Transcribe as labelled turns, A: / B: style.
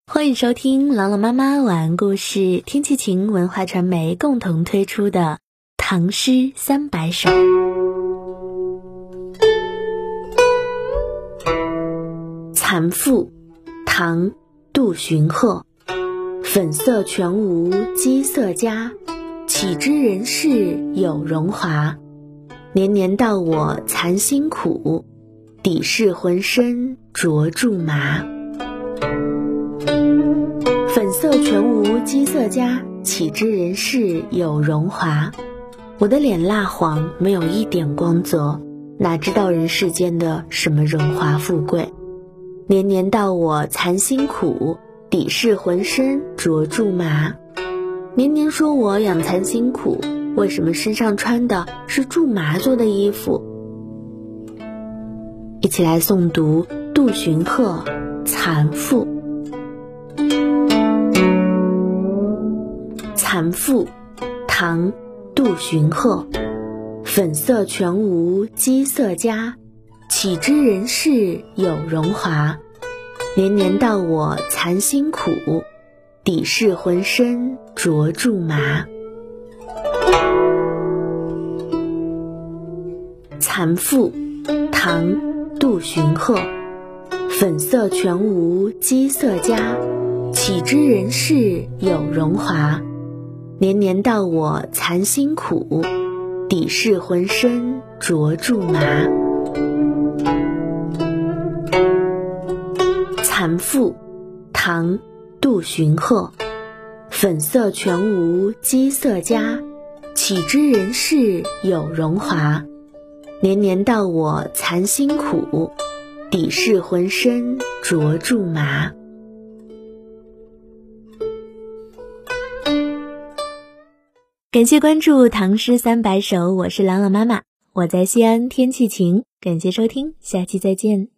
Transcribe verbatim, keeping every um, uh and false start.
A: 欢迎收听朗朗妈妈晚安故事，天气晴文化传媒共同推出的《唐诗三百首》。蚕妇，唐，杜荀鹤。粉色全无机色佳，岂知人世有荣华。年年到我蚕辛苦，底是浑身着苎麻。粉色全无机色佳，岂知人世有荣华。我的脸蜡黄，没有一点光泽，哪知道人世间的什么荣华富贵。年年到我蚕辛苦，底是浑身着苎麻。年年说我养蚕辛苦，为什么身上穿的是苎麻做的衣服？一起来诵读杜荀鹤《蚕妇》。蚕妇，唐，杜荀鹤。粉色全无机色佳，岂知人世有荣华。年年到我蚕辛苦，底是浑身着苎麻。蚕妇，唐，杜荀鹤。粉色全无机色佳，岂知人世有荣华。年年到我蚕辛苦，底是浑身着苎麻。蚕妇，唐，杜荀鹤。粉色全无机色佳，岂知人世有荣华。年年到我蚕辛苦，底是浑身着苎麻。感谢关注唐诗三百首，我是朗朗妈妈，我在西安，天气晴。感谢收听，下期再见。